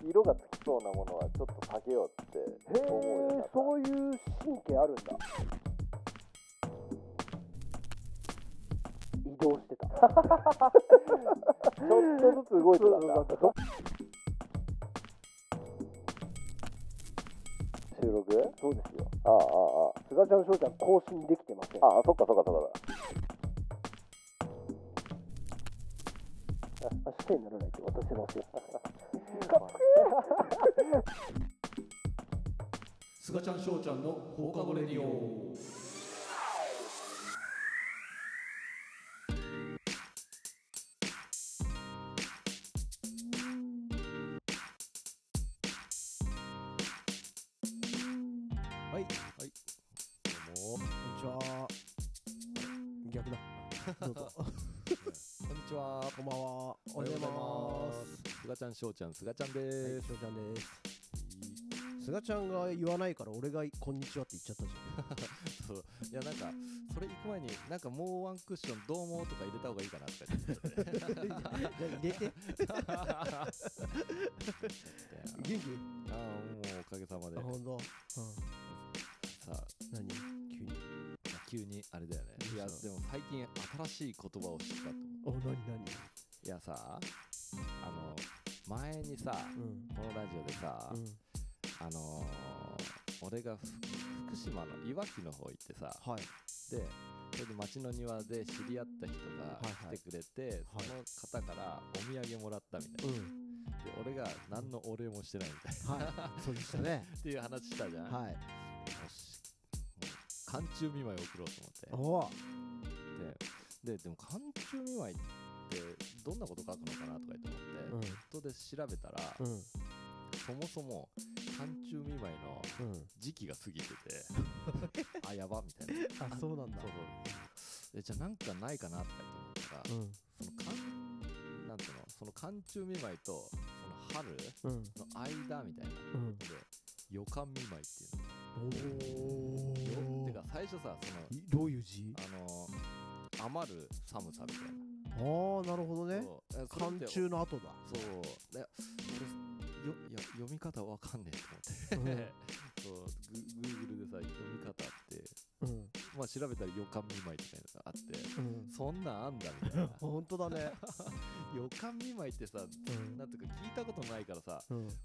色がつきそうなものはちょっと避けようって思うよ。 そういう神経あるんだ。移動してた。 ちょっとずつ動いてたんだ。収録？ そうですよ。 ああああ。 すがちゃん、しょうちゃん更新できてません。 ああ、そっかそっかそっか。 明日にならないと私のせい。 すがちゃんしょうちゃんの放課後レディオ。 はいはい、どうもこんにちは。逆だ。どうぞ。 こんにちは、 こんばんは。おはようございます。 すがちゃんしょうちゃん、すがちゃんです。 しょうちゃんです。すがちゃんが言わないから俺がこんにちはって言っちゃったじそう、いやなんかそれ行く前になんかもうワンクッションどうもとか入れた方がいいかなとか言ってゃん。入れて。元気？ ああ、もうおかげさまで。 あ、ほんと。 さあ、 何？ 急にあれだよね。いやでも最近新しい言葉を知ったと思う。 何？ いやさ、前にさ、このラジオでさ、俺が福島のいわきの方行ってさ、 はい。 でそれで町の庭で知り合った人が来てくれて、その方からお土産もらったみたいな、で俺が何のお礼もしてないみたいな、 そうでしたね。 っていう話したじゃん。 はい。 よし、もう寒中見舞い送ろうとお思って、でも寒中見舞いってどんなこと書くのかなとか言って思って、ネットで調べたら、そもそも寒中見舞いの時期が過ぎてて、あ、やばみたいな。 あ、そうなんだ。 でじゃあなんかないかなとか言って思ったら、なんていうの、その寒中見舞いとその春の間みたいなので、予感見舞いっていうの。てか最初さ、 どういう字？ 余る寒さみたいな。 ああ、なるほどね。寒中の後だ。 そうで、読み方わかんねえと思って、そうGoogle でさ、読み方って、まあ調べたら予感見舞いみたいなのがあって、そんなんあんだみたいな。 本当だね。 予感見舞いってさ、なんていうか聞いたことないからさ、なんていう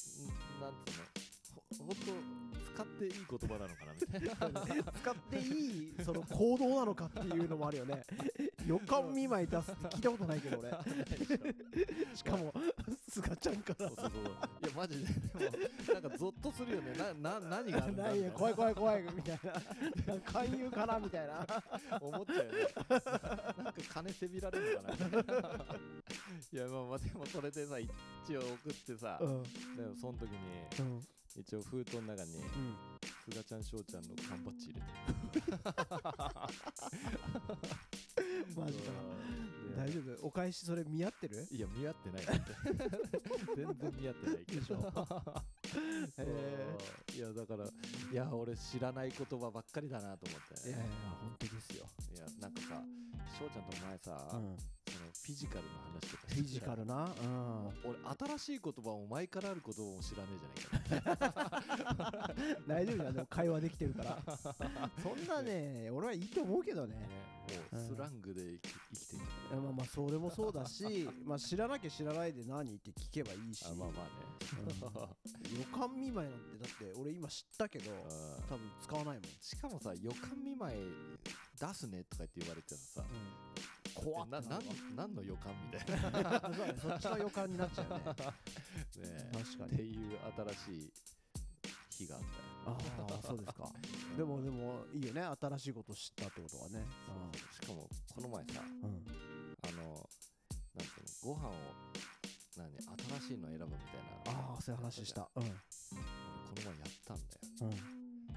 の、ほんと使っていい言葉なのかなみたいな。 使っていいその行動なのかっていうのもあるよね。予感見舞い出すって聞いたことないけど俺。しかもすがちゃんから。 そう。いやマジで、でもなんかゾッとするよね。何があるんだみたいな。 怖いみたいな。勧誘かなみたいな。 思っちゃうよね。なんか金せびられるのかなみたいな。いやまあでもそれでさ、一応送ってさ、でもその時に、一応封筒の中に、すがちゃんしょうちゃんの缶バッジ入れて。 マジか。大丈夫？お返しそれ見合ってる？ いや見合ってない全然見合ってないでしょ。いやだから、いや俺知らない言葉ばっかりだなと思って。 いや本当ですよ。 いやなんかさ、しょうちゃんと前さ、そのフィジカルの話とかフィジカルな。 俺新しい言葉も前からある言葉も知らねえじゃないか。 大丈夫じゃん、でも会話できてるから。そんなね、俺はいいと思うけどね。 もうスラングで生きてる。 まあそれもそうだし、まあ知らなきゃ知らないで何って聞けばいいし。 まあね。 予感見舞いなんてだって俺今知ったけど、多分使わないもん。 しかもさ、予感見舞い出すねとかって言われてさ、 怖っ。 何の予感みたいな。 そっちの予感になっちゃうね。 ね、 確かに。 っていう新しい日があったよ。 ああ、そうですか。でもいいよね、新しいこと知ったってことはね。 しかもこの前さ、なんていうの、ご飯を新しいの選ぶみたいな。 ああ、そういう話した。 この前やったんだよ。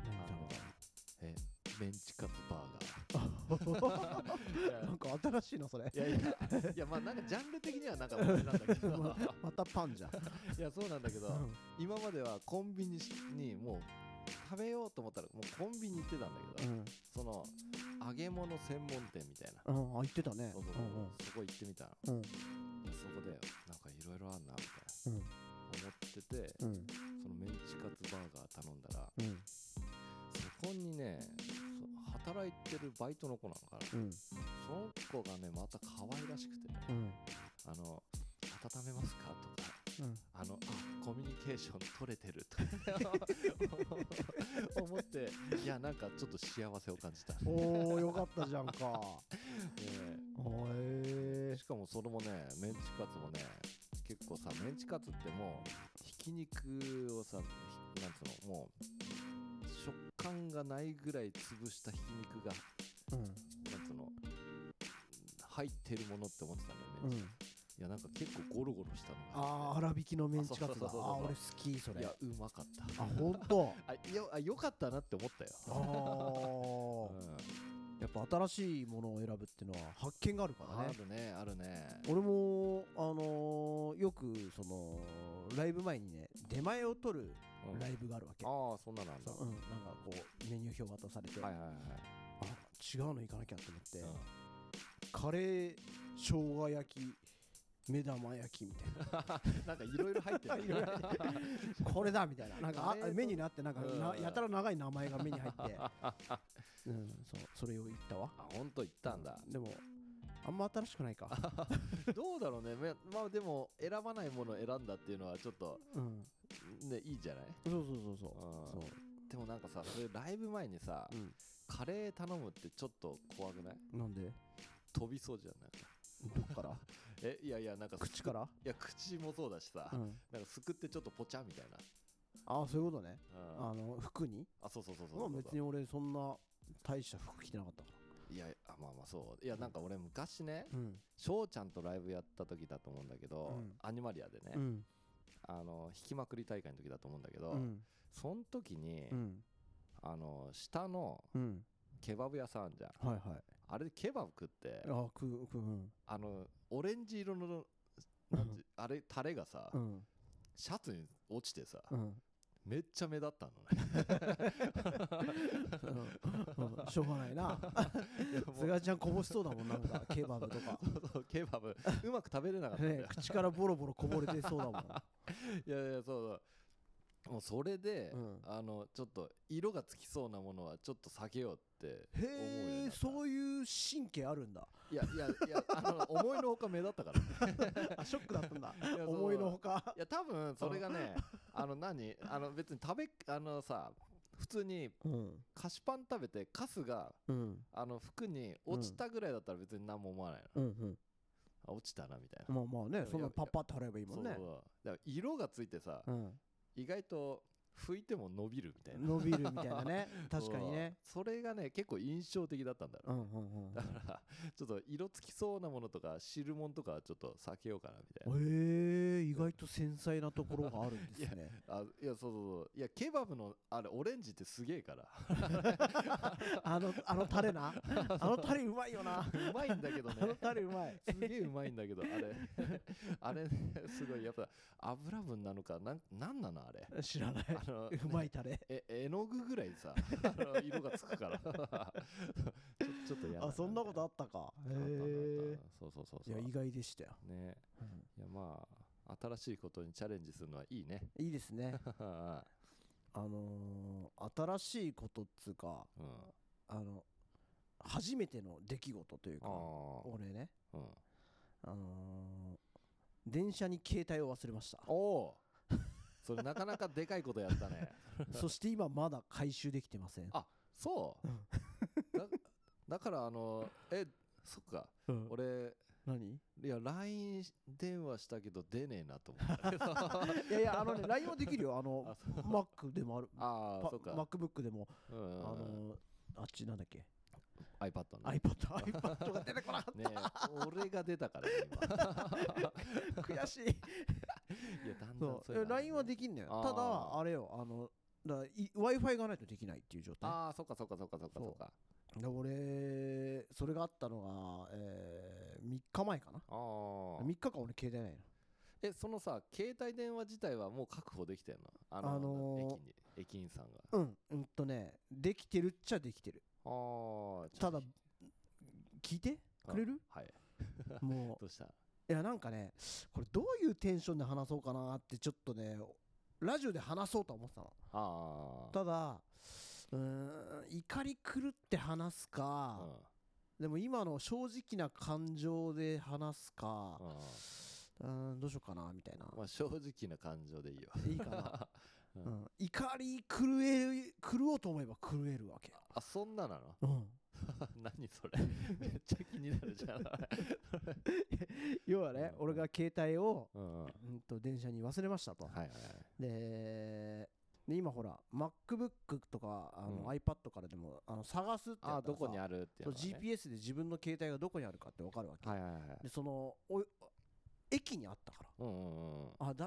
メンチカツバーガー。 なんか新しいのそれ。 いやまあなんかジャンル的にはなんか同じなんだけどまたパンじゃん。 いやそうなんだけど、今まではコンビニにもう食べようと思ったらもうコンビニ行ってたんだけど、その揚げ物専門店みたいな。 行ってたね。 そこ行ってみたの。そこでなんかいろいろあんなみたいな。 思ってて、 うんそのメンチカツバーガー頼んだら、 うんそこにね働いてるバイトの子なのかな、 うんその子がねまた可愛らしくてね、 うん温めますかとか、 うんコミュニケーション取れてると思っていやなんかちょっと幸せを感じた、 おおよかったじゃんか。 ねへしかもそれもねメンチカツもね結構さメンチカツってもうひき肉をさなんつうのもう食感がないぐらい潰したひき肉がうんなんつうの入ってるものって思ってたんだよね、 うんいやなんか結構ゴロゴロしたのが粗挽きのメンチカツだ。 そうそうそうそう俺好きそれ。 いやうまかったほんと。 よかったなって思ったよ、 やっぱ新しいものを選ぶっていうのは発見があるからね。 あるねあるね。 俺もよくそのライブ前にね出前を取るライブがあるわけ。 ああそんななんだ。 なんかこうメニュー表渡されて、 はいはいはい。 違うの行かなきゃと思って、カレー生姜焼き目玉焼きみたいななんかいろいろ入ってるこれだみたいな、なんかメニューにあってなんかやたら長い名前が目に入ってそれを言ったわ。 ほんと言ったんだ。 でもあんま新しくないかどうだろうね。まあでも選ばないものを選んだっていうのはちょっとねいいじゃない。 そうでもなんかさそれライブ前にさカレー頼むってちょっと怖くない？ なんで？ 飛びそうじゃん。なんかどっからいやなんか口から？ いや口もそうだしさ、なんかすくってちょっとポチャみたいな。 そういうことね。服に？ そう別に俺そんな大した服着てなかったから。 いやまあそういやなんか俺昔ね翔ちゃんとライブやった時だと思うんだけど、アニマリアでね、弾きまくり大会の時だと思うんだけど、その時に下のケバブ屋さんじゃん。あれでケバブ食ってオレンジ色のあれタレがさシャツに落ちてさめっちゃ目立ったのねしょうがないな菅ちゃんこぼしそうだもん、なんかケバブとかケバブうまく食べれなかったね口からボロボロこぼれてそうだもんいやそうもうそれでちょっと色がつきそうなものはちょっと避けようって思うようになった。 そういう神経あるんだ。 いや思いのほか目立ったからショックだったんだ思いのほか。 いや多分それがね別にさ普通に菓子パン食べてカスが服に落ちたぐらいだったら別に何も思わないの。落ちたなみたいな。 まあね、そんなパッパッと払えばいいもんね。 だから色がついてさ意外と拭いても伸びるみたいな。 伸びるみたいなね確かにね。 それがね結構印象的だったんだろう。だからちょっと色つきそうなものとか汁物とかはちょっと避けようかなみたいな。 意外と繊細なところがあるんですね。 いやいやケバブのあれオレンジってすげえからあのタレなタレうまいよな。 うまいんだけどね。 タレうまい。 すげえうまいんだけどあれすごいやっぱ油分なのかなんなのあれ。 知らない。うまいタレ。 絵の具ぐらいさ色がつくからちょっとやだ。 そんなことあったか。 そういや意外でしたよね。いやまあ新しいことにチャレンジするのはいいね。 いいですね新しいことっつうか初めての出来事というか俺ね電車に携帯を忘れました。 それなかなかでかいことやったねそして今まだ回収できてません。 そうだからそっか俺何？ いや LINE 電話したけど出ねえなと思ったけどいやLINE はできるよ。Mac でもある。 そっか MacBook でもあっちなんだっけ iPad ね。iPad が出てこなかったね。俺が出たから今悔しい。いやだんだんそう LINE はできんのよ。ただあれよWi-Fi がないとできないっていう状態。 そっか俺それがあったのが3日前かな。3日間俺携帯ないの。 そのさ携帯電話自体はもう確保できてんの？駅員さんが。 できてるっちゃできてる。ただ聞いてくれる？ はいもうどうした？ いやなんかねこれどういうテンションで話そうかなってちょっとねラジオで話そうと思ってたの。 あただ怒り狂って話すか、でも今の正直な感情で話すか、どうしようかなみたいな。 まあ正直な感情でいいよ。 いいかな、怒り狂おうと思えば狂えるわけ。 あ、そんななの？何それめっちゃ気になるじゃん。 要はね、俺が携帯を、電車に忘れましたと。で今ほら MacBook とかiPad からでも探すってやったらさ、 どこにあるっていうの、ね、 GPS で自分の携帯がどこにあるかって分かるわけ。でその駅にあったから、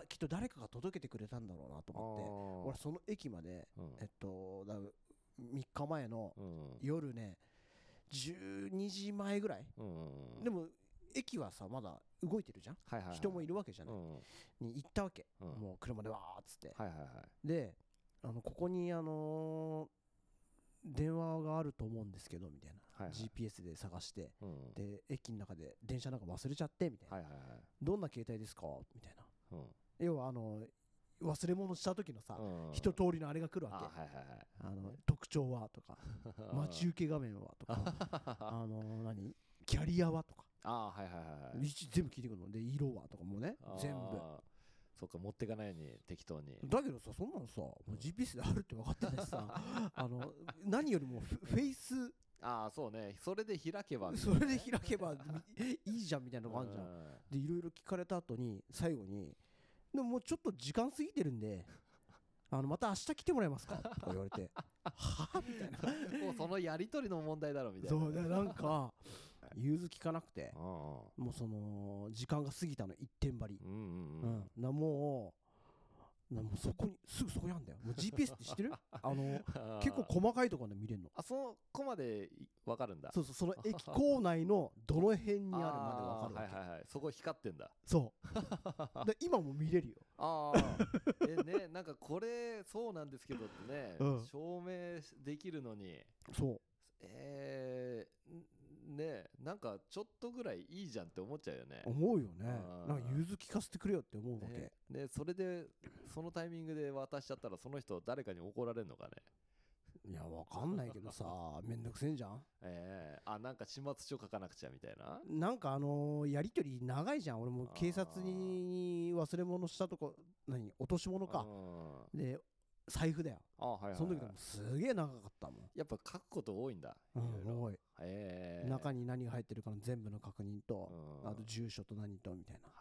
きっと誰かが届けてくれたんだろうなと思って、俺その駅まで、3日前の夜ね12時前ぐらい、でも駅はさまだ動いてるじゃん、人もいるわけじゃない、に行ったわけ、もう車でわーっつって、でここに電話があると思うんですけどみたいな、GPS で探して、で駅の中で電車なんか忘れちゃってみたいな、どんな携帯ですかみたいな、要は忘れ物した時のさ、一通りのあれが来るわけ、特徴はとか待ち受け画面はとかキャリアはとか、全部聞いてくるので、色はとかもね全部。 そうか、持ってかないように適当に。 だけどさ、そんなのさもう GPS であるって分かってないしさ何よりもフェイス、 そうね、それで開けば、 それで開けばいいじゃんみたいなのがあるじゃん。でいろいろ聞かれた後に最後にでももうちょっと時間過ぎてるんでまた明日来てもらえますかとか言われてはみたいなもうそのやり取りの問題だろみたいな。 そうでなんか融通きかなくて、もうその時間が過ぎたの一点張り、もうそこにすぐそこにあるんだよ。もう GPS って知ってる？結構細かいところで見れるの。 そこまで分かるんだ。 そうそう、その駅構内のどの辺にあるまで分かるわけ。 そこ光ってんだ。 そうで今も見れるよ。 ね、なんかこれそうなんですけどってね、証明できるのに、 そうね、なんかちょっとぐらいいいじゃんって思っちゃうよね。 思うよね。なんか融通聞かせてくれよって思うわけ。 でそれでそのタイミングで渡しちゃったら、その人誰かに怒られるのかね。 いやわかんないけどさめんどくせえんじゃん。 なんか始末書書かなくちゃみたいな。 なんかやり取り長いじゃん。俺も警察に忘れ物したとこ落とし物かで財布だよ。その時でもすげえ長かったもん。 やっぱ書くこと多いんだ。 多い。中に何が入ってるかの全部の確認と、あと住所と何とみたいな。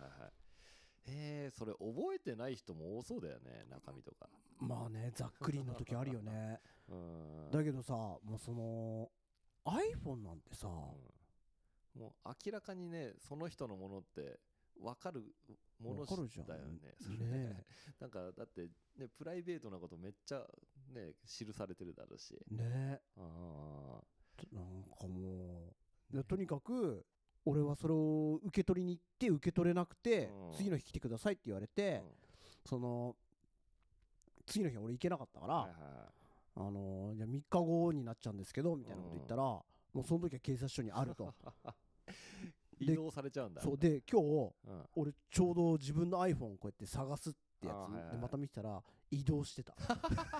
それ覚えてない人も多そうだよね、中身とか。 まあね、ざっくりの時あるよね。だけどさ、もうその iPhone なんてさ、 もう明らかにね、その人のものって分かるものだよね。なんかだってね、プライベートなことめっちゃね記されてるだろうしね。なんかもうとにかく俺はそれを受け取りに行って受け取れなくて、次の日来てくださいって言われて、その次の日俺行けなかったから、じゃあ3日後になっちゃうんですけどみたいなこと言ったら、もうその時は警察署にあると移動されちゃうんだ。 そうで今日、俺ちょうど自分の iPhone をこうやって探すってやつでまた見てたら移動してた。 ちょっ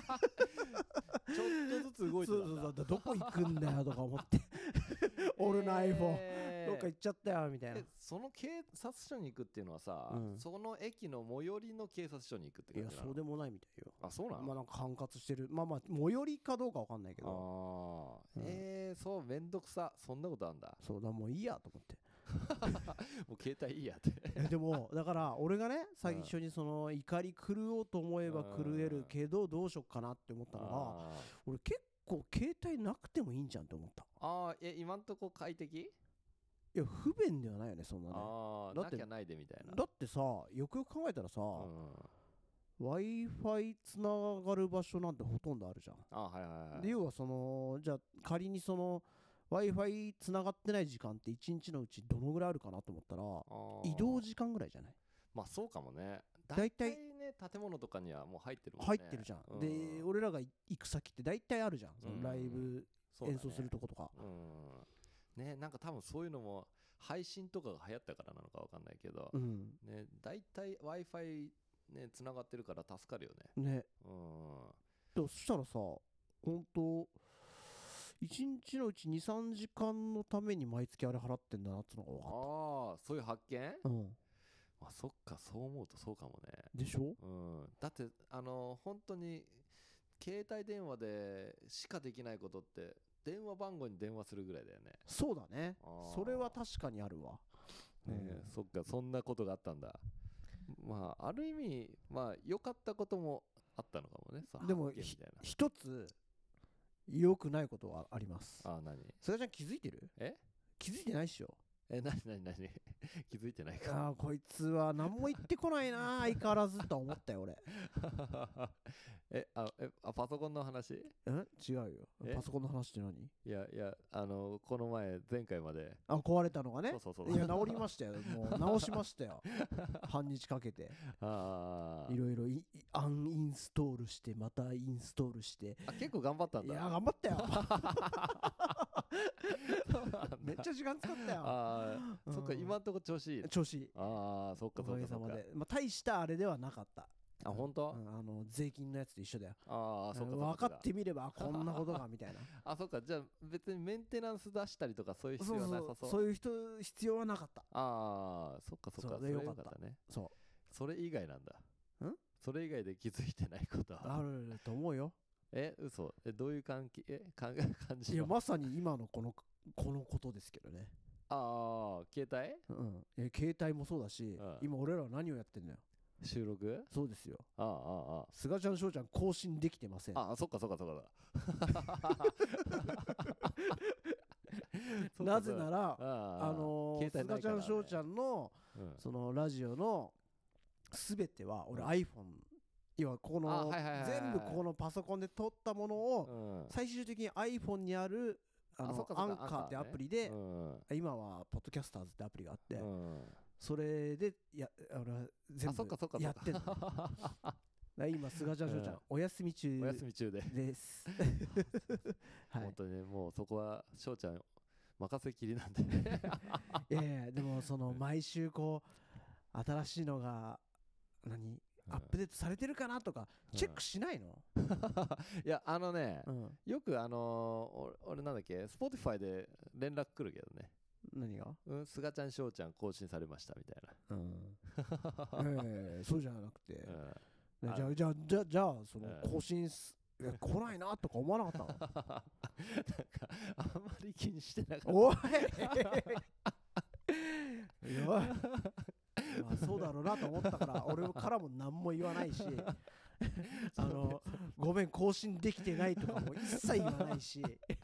とずつ動いてたんだ。 そうどこ行くんだよとか思って俺の iPhone どっか行っちゃったよみたいな。 その警察署に行くっていうのはさ、その駅の最寄りの警察署に行くって感じなの？ いやそうでもないみたいよ。 そうなの？ まあなんか管轄してる、まあ最寄りかどうかわかんないけど。 そうめんどくさ、そんなことあんだ。 そうだ、もういいやと思ってもう携帯いいやってでもだから俺がね最初にその怒り狂おうと思えば狂えるけどどうしよっかなって思ったのが、俺結構携帯なくてもいいんじゃんって思った。 今んとこ快適？ いや不便ではないよね、そんなね。 なきゃないでみたいな。 だってさ、よくよく考えたらさ、Wi-Fi つながる場所なんてほとんどあるじゃん。で要はそのじゃあ仮にそのWi-Fi つながってない時間って1日のうちどのぐらいあるかなと思ったら、移動時間ぐらいじゃない？ まあそうかもね。 大体ね、建物とかにはもう入ってるもんね。 入ってるじゃん。で俺らが行く先って大体あるじゃん、そのライブ演奏するとことか。 ね、なんか多分そういうのも配信とかが流行ったからなのかわかんないけど、ね、だいたい Wi-Fi ね繋がってるから助かるよね。 ね。でもそしたらさ、本当1日のうち2、3時間のために毎月あれ払ってんだなってのが分かった。 ああ、そういう発見？まあ、そっか、そう思うとそうかもね。 でしょ？ だって本当に携帯電話でしかできないことって電話番号に電話するぐらいだよね。 そうだね。それは確かにあるわ。 そっか、そんなことがあったんだ。まあある意味まあ良かったこともあったのかもね。 でも一つ良くないことはあります。 何？ それじゃ気づいてる？気づいてないっしょ。 何気づいてないか。 こいつは何も言ってこないな相変わらずと思ったよ俺。 パソコンの話？ 違うよ。パソコンの話って何？ いやこの前回まで壊れたのがね。 そういや治りましたよ。もう直しましたよ。半日かけていろいろアンインストールしてまたインストールして。 結構頑張ったんだ。 いや頑張ったよ。めっちゃ時間使ったよ。 そっか、今んとこ調子いい。 調子いい。 そっか。 おかげさまで。大したあれではなかった。 本当？ 税金のやつと一緒だよ。 そっか。 分かってみればこんなことがみたいな。 そっか。じゃあ別にメンテナンス出したりとかそういう必要はなさそう。 そういう必要はなかった。 そっか。それよかったね。それ以外なんだ。それ以外で気づいてないことはあると思うよ。 嘘？どういう感じ？ いやまさに今のこのことですけどね。 携帯？ 携帯もそうだし、今俺らは何をやってんのよ。 収録？ そうですよ。菅ちゃん翔ちゃん更新できてません。 そっか。 なぜなら菅ちゃん翔ちゃんのそのラジオの全ては俺 iPhone、要はこの全部このパソコンで撮ったものを最終的に iPhone にあるアンカーってアプリで、今はポッドキャスターズってアプリがあって、それで俺は全部やってんの。今菅ちゃん翔ちゃんお休み中です。 本当にね、もうそこは翔ちゃん任せきりなんでね。 いやでもその毎週こう新しいのがアップデートされてるかなとかチェックしないの？ いやよく俺なんだっけ、Spotify で連絡来るけどね。 何が？ 菅ちゃん翔ちゃん更新されましたみたいな。そうじゃなくて、じゃあその更新来ないなとか思わなかったの？ なんかあんまり気にしてなかった。 おいそうだろうなと思ったから俺からも何も言わないしごめん更新できてないとかも一切言わないし。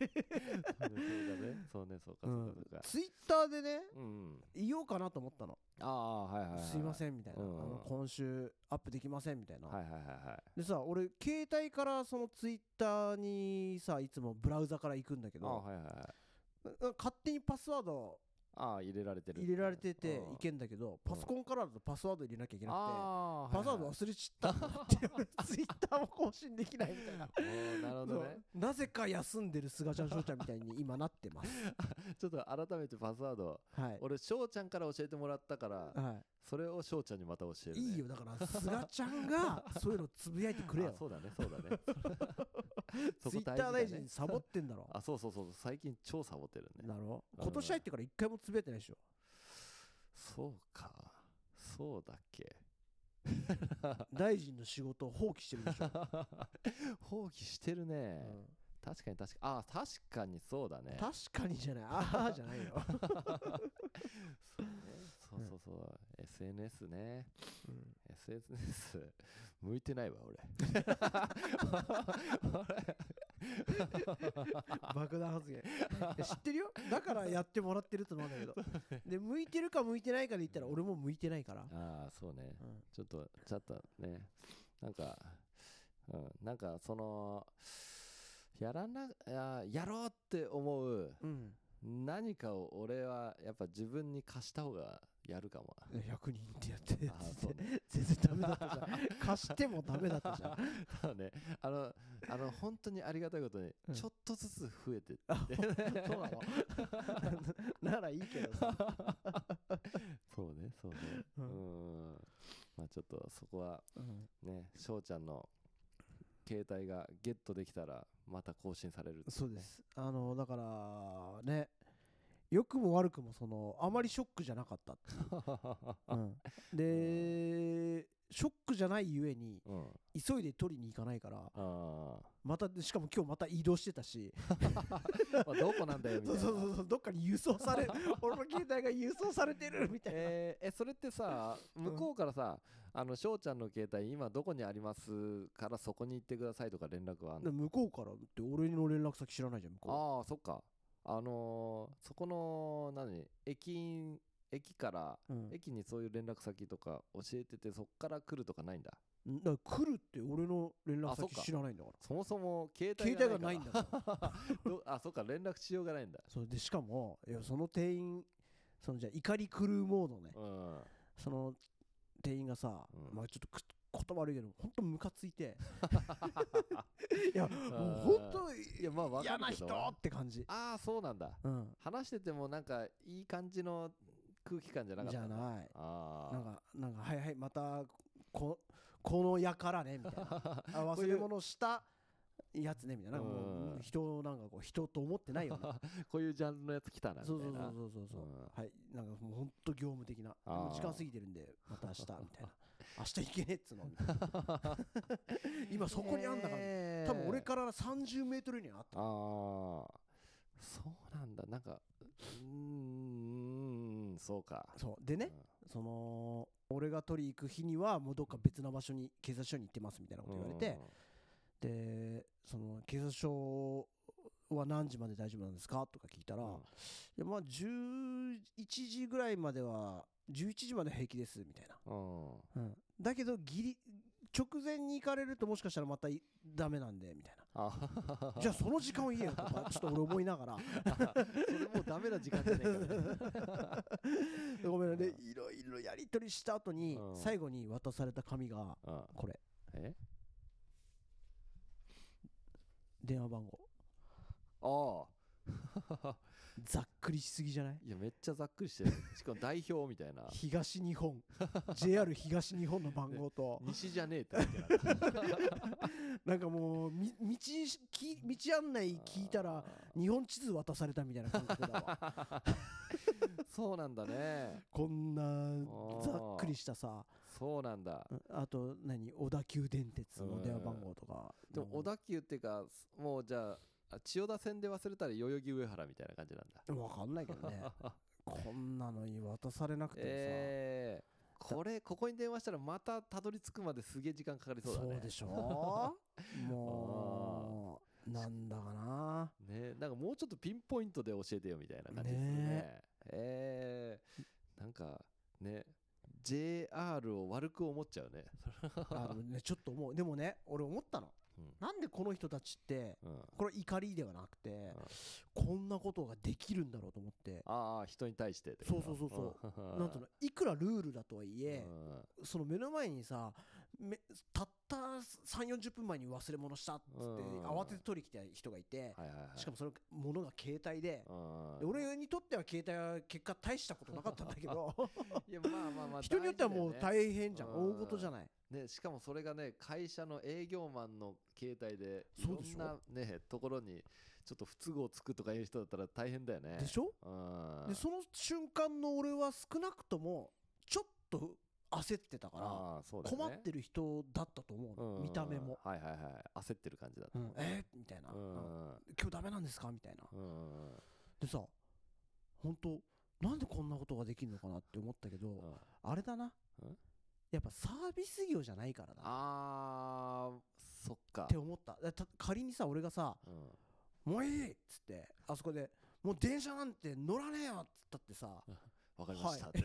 そうか。 ツイッターでね言おうかなと思ったの。すいませんみたいな、今週アップできませんみたいな。でさ、俺携帯からそのツイッターにさいつもブラウザから行くんだけど、勝手にパスワード入れられてていけんだけど、パソコンからだとパスワード入れなきゃいけなくて、パスワード忘れちったってツイッターも更新できないみたいな。 なるほどね。 なぜか休んでる菅ちゃん翔ちゃんみたいに今なってます。 ちょっと改めてパスワード、俺翔ちゃんから教えてもらったから、それを翔ちゃんにまた教える。 いいよ、だから菅ちゃんがそういうのつぶやいてくれよ。 そうだね。 ツイッター大臣サボってんだろ。 そう最近超サボってるね。 なるほど。今年入ってから一回もつぶやいてないでしょ。 そうか、そうだっけ。 大臣の仕事を放棄してるでしょ。 放棄してるね。確かに確かにそうだね。 確かにじゃないじゃないよ。 そう SNS ね。SNS 向いてないわ俺。 爆弾発言知ってるよ。だからやってもらってると思うんだけど。で向いてるか向いてないかで言ったら俺も向いてないから。 そうね。ちょっとね、なんかそのやろうって思う何かを俺はやっぱ自分に貸した方がやるかも。 100人ってやってそうね、 全然ダメだったじゃん。貸してもダメだったじゃん。 そうね、本当にありがたいことに、ちょっとずつ増えてって、 そうなのならいいけどさ。 そうね、まあちょっとそこはね、翔ちゃんの携帯がゲットできたらまた更新される、ね、 そうです。だからね、良くも悪くもあまりショックじゃなかったっていう、でショックじゃないゆえに、急いで取りに行かないから、またしかも今日また移動してたしまあどこなんだよみたいな。 そうどっかに輸送される俺の携帯が輸送されてるみたいな。 それってさ、向こうからさ、翔ちゃんの携帯今どこにありますからそこに行ってくださいとか連絡はあるの？ 向こうからって俺の連絡先知らないじゃん向こう。 ああそっか。そこの駅から、駅にそういう連絡先とか教えてて、そっから来るとかないんだ。 だから来るって俺の連絡先知らないんだから。 そもそも携帯がないんだからそっか、連絡しようがないんだ。 そうで、しかもその店員、じゃあ怒り狂うモードね、その店員がさ、まあちょっと言葉悪いけど本当ムカついていやもう本当嫌な人って感じ。 ああそうなんだ、話しててもなんかいい感じの空気感じゃなかった。 じゃない。なんかはいはいまたこのやからねみたいな忘れ物したやつねみたいな、もう人なんか人と思ってないよなこういうジャンルのやつ来たなみたいな。 そうはい、なんかもうほんと業務的な、時間過ぎてるんでまた明日みたいな明日行けねえっつのみたいな今そこにあんだから、多分俺から30メートルにはあった。 そうなんだ。なんかそうか。 そうでね、俺が取り行く日にはもうどっか別な場所に警察署に行ってますみたいなこと言われて、で警察署は何時まで大丈夫なんですかとか聞いたら、いやまあ11時ぐらいまでは11時まで平気ですみたいな、だけど直前に行かれるともしかしたらまたダメなんでみたいなじゃあその時間を言えよとかちょっと俺思いながらそれもうダメな時間じゃねえかごめんね。いろいろやり取りした後に最後に渡された紙がこれ、電話番号。ざっくりしすぎじゃない？ いやめっちゃざっくりしてる。しかも代表みたいな東日本JR 東日本の番号と西じゃねえって言ってなんかもう道案内聞いたら日本地図渡されたみたいな感覚だわそうなんだね。 こんなざっくりしたさ。 そうなんだ。 あと小田急電鉄の電話番号とか。 でも小田急っていうかもうじゃあ千代田線で忘れたら代々木上原みたいな感じなんだ。 分かんないけどねこんなのに渡されなくてもさ、 ここに電話したらまたたどり着くまですげえ時間かかりそうだね。 そうでしょもうなんだかなね。なんかもうちょっとピンポイントで教えてよみたいな感じですね。なんかね JR を悪く思っちゃうねちょっと思う。でもね俺思ったの、なんでこの人たちって、これ怒りではなくて、こんなことができるんだろうと思って。 人に対してそうなんていうの、いくらルールだとはいえ、その目の前にさたった3、40分前に忘れ物したっつって慌てて取りに来た人がいて、しかもそのものが携帯で、俺にとっては携帯は結果大したことなかったんだけどいやまあ人によってはもう大変じゃん、大事じゃないね。しかもそれがね会社の営業マンの携帯でいろんなねところにちょっと不都合つくとかいう人だったら大変だよね。 でしょ。でその瞬間の俺は少なくともちょっと焦ってたから、困ってる人だったと思うの、見た目も。 焦ってる感じだった。 みたいな、今日ダメなんですかみたいな。でさ、本当なんでこんなことができるのかなって思ったけど、あれだな、やっぱサービス業じゃないからだ。 そっかって思った。仮にさ俺がさ、もういいっつってあそこでもう電車なんて乗らねえよっつったってさ、 わかりましたって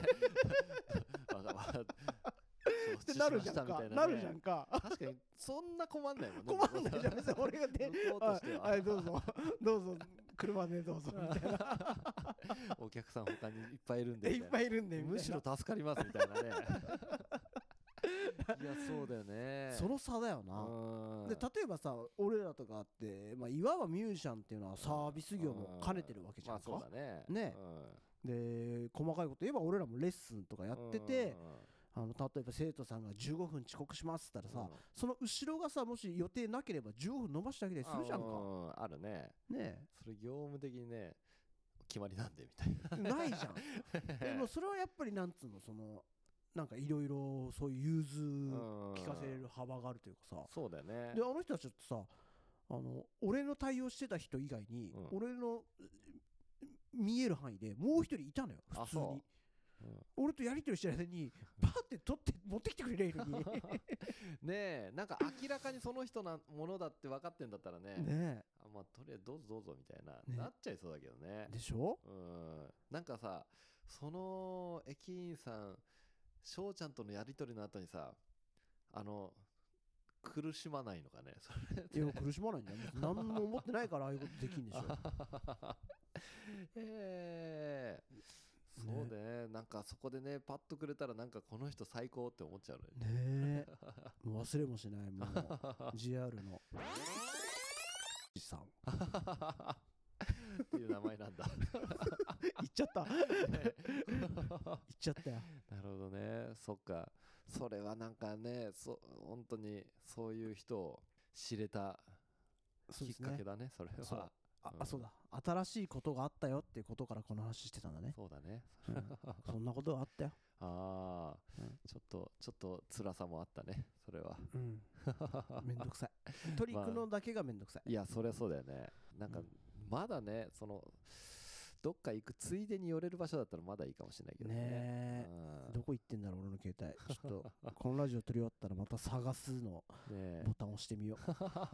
ってなるじゃんか、なるじゃんか。 確かにそんな困んないもんね。 困んないじゃん。俺がどうぞ車でどうぞみたいなお客さん他にいっぱいいるんでいっぱいいるんでむしろ助かりますみたいなねいやそうだよね。 その差だよな。で例えばさ俺らとかって、まあ、いわばミュージシャンっていうのはサービス業も兼ねてるわけじゃんか。 まあそうだね。 ね、で細かいこと言えば俺らもレッスンとかやってて、例えば生徒さんが15分遅刻しますって言ったらさ、その後ろがさもし予定なければ15分伸ばしてあげたりするじゃんか。 あるね。 ねそれ業務的にね決まりなんでみたいなないじゃんでもそれはやっぱりなんつうのそのなんかいろいろそういう融通聞かせる幅があるというかさ。 そうだよね。 であの人たちってさ俺の対応してた人以外に、俺の見える範囲でもう一人いたのよ普通に。俺とやり取りしてる間にパーって取って持ってきてくれりゃいいのにねえなんか明らかにその人のものだって分かってんだったらねまあとりあえずどうぞどうぞみたいな、なっちゃいそうだけどね。 でしょ。 なんかさその駅員さん翔ちゃんとのやり取りの後にさ苦しまないのかねそれ。 いや苦しまないんだよ何も思ってないからああいうことできんでしょそうね、なんかそこでねパッとくれたらなんかこの人最高って思っちゃうね。ねえもう忘れもしないもうJR のさんっていう名前なんだ言っちゃった言っちゃったよ。 なるほどね。そっかそれはなんかね本当にそういう人を知れたきっかけだね。それはそうだ新しいことがあったよっていうことからこの話してたんだね。 そうだね、 そんなことがあったよ。 ちょっと辛さもあったねそれは。 めんどくさいトリックのだけがめんどくさい。 いやそりゃそうだよね。なんかまだねそのどっか行くついでに寄れる場所だったらまだいいかもしれないけどね。 どこ行ってんだろう俺の携帯。ちょっとこのラジオ撮り終わったらまた探すのボタン押してみよ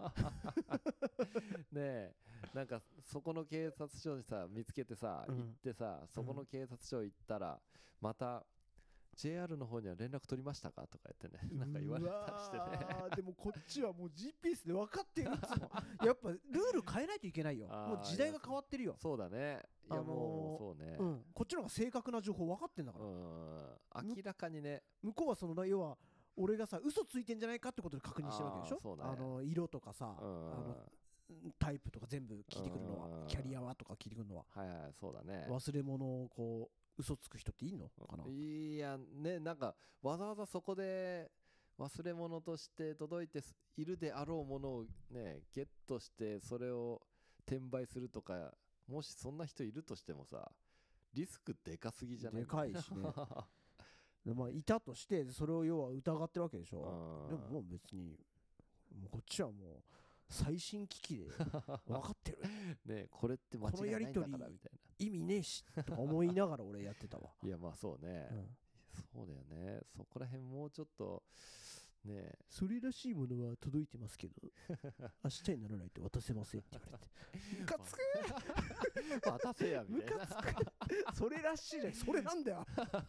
うねえなんかそこの警察署にさ見つけてさ行ってさ、そこの警察署行ったらまたJR の方には連絡取りましたかとか言ってねなんか言われたりしてねでもこっちはもう GPS で分かってるっつもやっぱルール変えないといけないよ。もう時代が変わってるよ。 そうだね。いやもうそうね、 こっちの方が正確な情報分かってんだから。 明らかにね向こうはその要は俺がさ嘘ついてんじゃないかってことで確認してるわけでしょ。 そうだね、 色とかさタイプとか全部聞いてくるのはキャリアはとか聞いてくるのはそうだね。 忘れ物をこう嘘つく人っていいのかな。 いやねなんかわざわざそこで忘れ物として届いているであろうものをねゲットしてそれを転売するとかもしそんな人いるとしてもさリスクでかすぎじゃない。 でかいしねまあいたとしてそれを要は疑ってるわけでしょ。でももう別にもうこっちはもう最新機器で分かってるねこれって間違いないんだからみたいな意味ねえしとか思いながら俺やってたわいやまあそうね、そうだよね。そこら辺もうちょっとねそれらしいものは届いてますけど明日にならないと渡せませんって言われてムカつく渡せやみたいなそれらしいじゃんそれなんだよ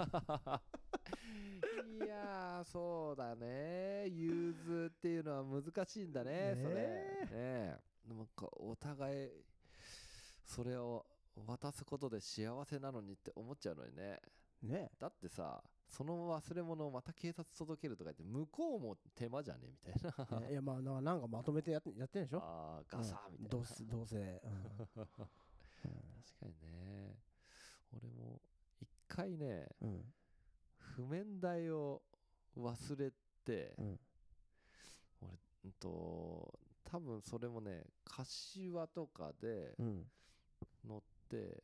いやそうだね融通っていうのは難しいんだねそれね。なんかお互いそれを渡すことで幸せなのにって思っちゃうのにね。だってさその忘れ物をまた警察届けるとか言って向こうも手間じゃねみたいな。 いやまあなんかまとめてやってんでしょ。 ガサみたいな、 どうせ、 確かにね。俺も一回ね、譜面台を忘れて、俺多分それもね柏とかで乗って、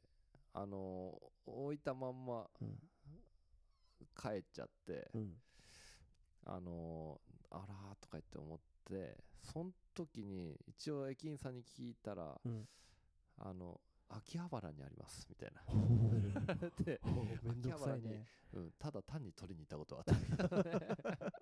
置いたまんま、帰っちゃって、あらーとか言って思ってその時に一応駅員さんに聞いたら、秋葉原にありますみたいなでめんどくさいね、 ただ単に取りに行ったことはあったけどね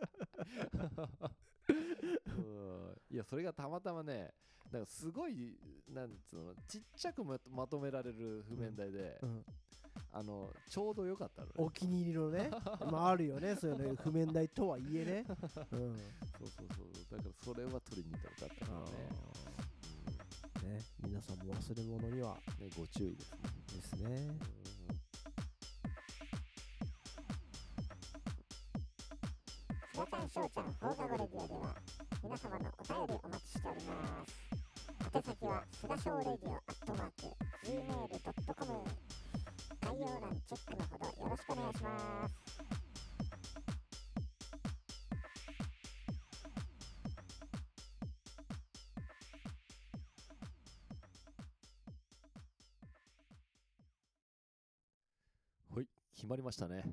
いやそれがたまたまねなんかすごいなんつうのちっちゃくまとめられる譜面台で、ちょうどよかったのね。 お気に入りのねまああるよねそういうね譜面台とはいえねそうだからそれは取りに行ったことあったからね。 皆皆さんも忘れ物には、 ね、ご注意ですね。 すがちゃんしょうちゃん放課後レディオでは皆様のお便りお待ちしております。宛先はすがしょうレディオ@gmail.com、 概要欄チェックのほどよろしくお願いします。 はい、決まりましたね。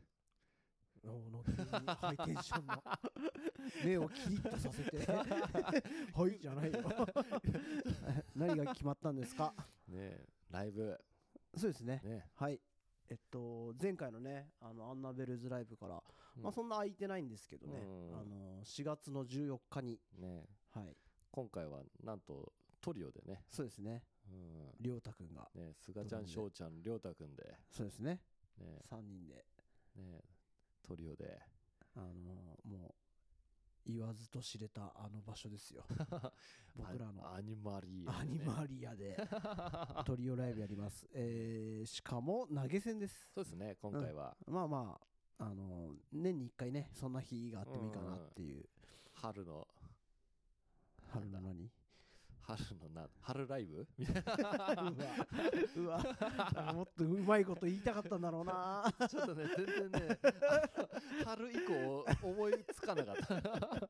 ハイテンションの目をキリッとさせてはいじゃないよ何が決まったんですかね。ライブそうですね、 ね、 はい。前回のねアンナベルズライブから、まあそんな空いてないんですけどね、4月の14日にね、 はい、 今回はなんとトリオでね。 そうですね、りょうたくんがね、すがちゃんしょうちゃんりょうたくんで、 そうですね、 ね、 3人でね、トリオでもう言わずと知れたあの場所ですよ僕らのアニマリア、 ね、アニマリアでトリオライブやります、しかも投げ銭です。 そうですね、今回は、 まあまあ年に1回ねそんな日があってもいいかなっていう、 春の何春ライブうわもっとうまいこと言いたかったんだろうなちょっとね全然ね春以降思いつかなかった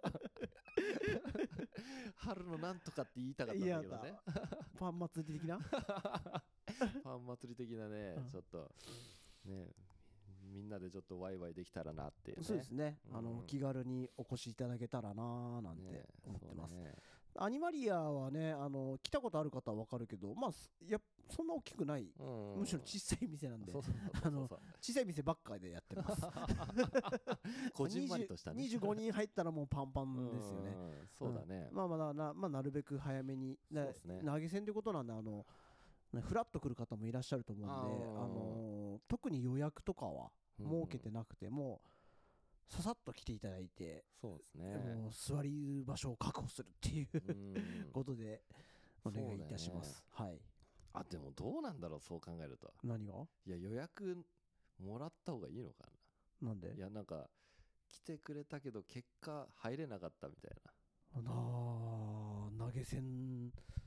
春のなんとかって言いたかったんだけどねパン祭り的なパン祭り的なね、ちょっとねみんなでちょっとワイワイできたらなっていうね。 そうですね、気軽にお越しいただけたらなーなんて思ってます、ね。アニマリアはね来たことある方は分かるけど、まあそんな大きくない、むしろ小さい店なんで、小さい店ばっかりでやってますこじんまりとしたね 25人入ったらもうパンパンですよね。 そうだね、 まあなるべく早めに、投げ銭ということなんでフラッと来る方もいらっしゃると思うんで、特に予約とかは設けてなくてもささっと来ていただいて、 そうですね、 もう座り場所を確保するっていうことでお願いいたします。はい。 あ、でもどうなんだろう、そう考えると。 何が？ いや、予約もらった方がいいのかな。 なんで？ いや、なんか来てくれたけど結果入れなかったみたいな。 投げ銭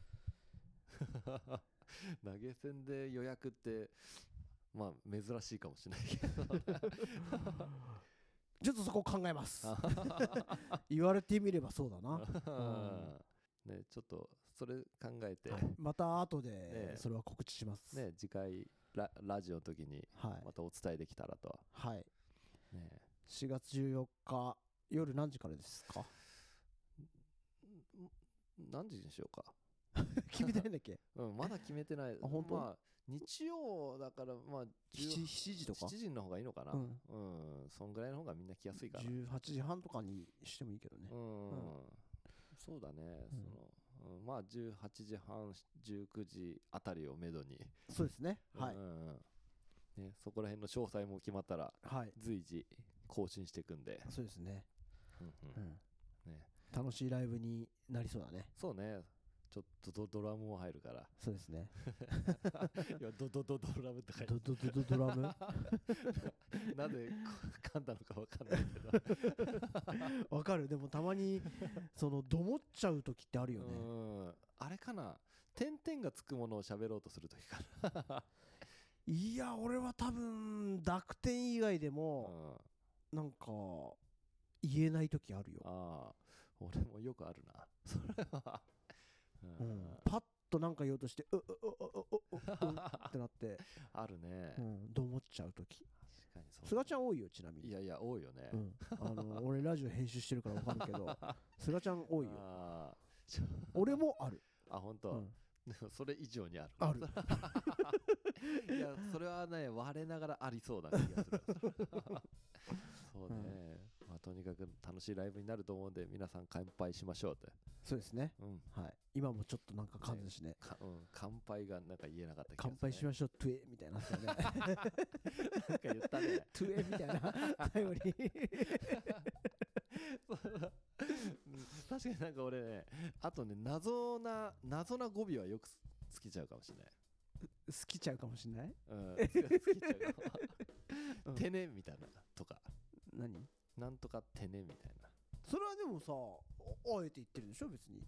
投げ銭で予約ってまあ珍しいかもしれないけどちょっとそこ考えます言われてみればそうだなね、ちょっとそれ考えて、 また後でそれは告知しますね、次回ラジオの時にまたお伝えできたらと。 はい、ね、4月14日夜何時からですか？ 何時にしようか決めてないんだっけ？ まだ決めてない。 本当？ まあ日曜だからまあ 7時とか 7時の方がいいのかな。そんぐらいの方がみんな来やすいかな。 18時半とかにしてもいいけどね。 そうだね。まあ18時半19時あたりをめどに。 そうですね。はい。 ね、そこら辺の詳細も決まったら随時更新していくんで。 そうですね。楽しいライブになりそうだね。 そうね。ちょっとドラムも入るから。 そうですね。 いやドラムって書いてドラムなぜ噛んだのか分かんないけど分かる。でもたまにそのどもっちゃう時ってあるよね。 あれかな、点々がつくものを喋ろうとする時かないや俺は多分濁点以外でもなんか言えない時あるよ。 ああ、俺もよくあるなそれはパッとなんか言おうとしてってなってあるね。 どう思っちゃうとき。 確かにそう。 すがちゃん多いよちなみに。 いやいや多いよね。 俺ラジオ編集してるから分かるけどすがちゃん多いよ。俺もある。 あ、本当。でもそれ以上にある。 ある。 いやそれはね我ながらありそうな気がする。そうね。まあとにかく楽しいライブになると思うんで皆さん乾杯しましょうって。 そうですね。はい。今もちょっとなんか噛んだしね。 乾杯がなんか言えなかった気がする。 乾杯しましょうトゥエみたいなね。なんか言ったね。 トゥエみたいな最後に。 確かになんか俺ね、あとね謎な語尾はよく好きちゃうかもしれない。 好きちゃうかもしれない。 好きちゃうかも。てねみたいなとか。 何？ なんとかてねみたいな。 それはでもさ、あえて言ってるでしょ別に。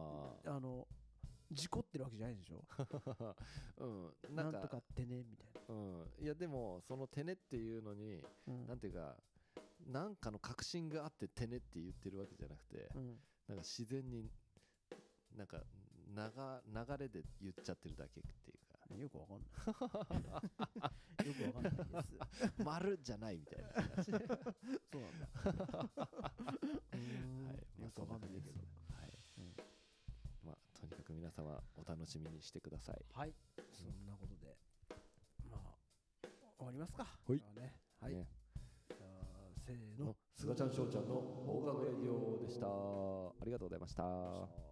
事故ってるわけじゃないでしょ。なんとかってねみたいな。 いやでもそのてねっていうのに、なんていうか、なんかの確信があっててねって言ってるわけじゃなくて、なんか自然になんか流れで言っちゃってるだけっていうか。 よくわかんない。よくわかんないです。 丸じゃないみたいな話。そうなんだ。 はい。よくわかんないです。 はい。まあとにかく皆様お楽しみにしてください。 はい。そんなことで、まあ終わりますか。 はい。 はい。せーの。 すがちゃんしょうちゃんの放課後レディオでした。ありがとうございました。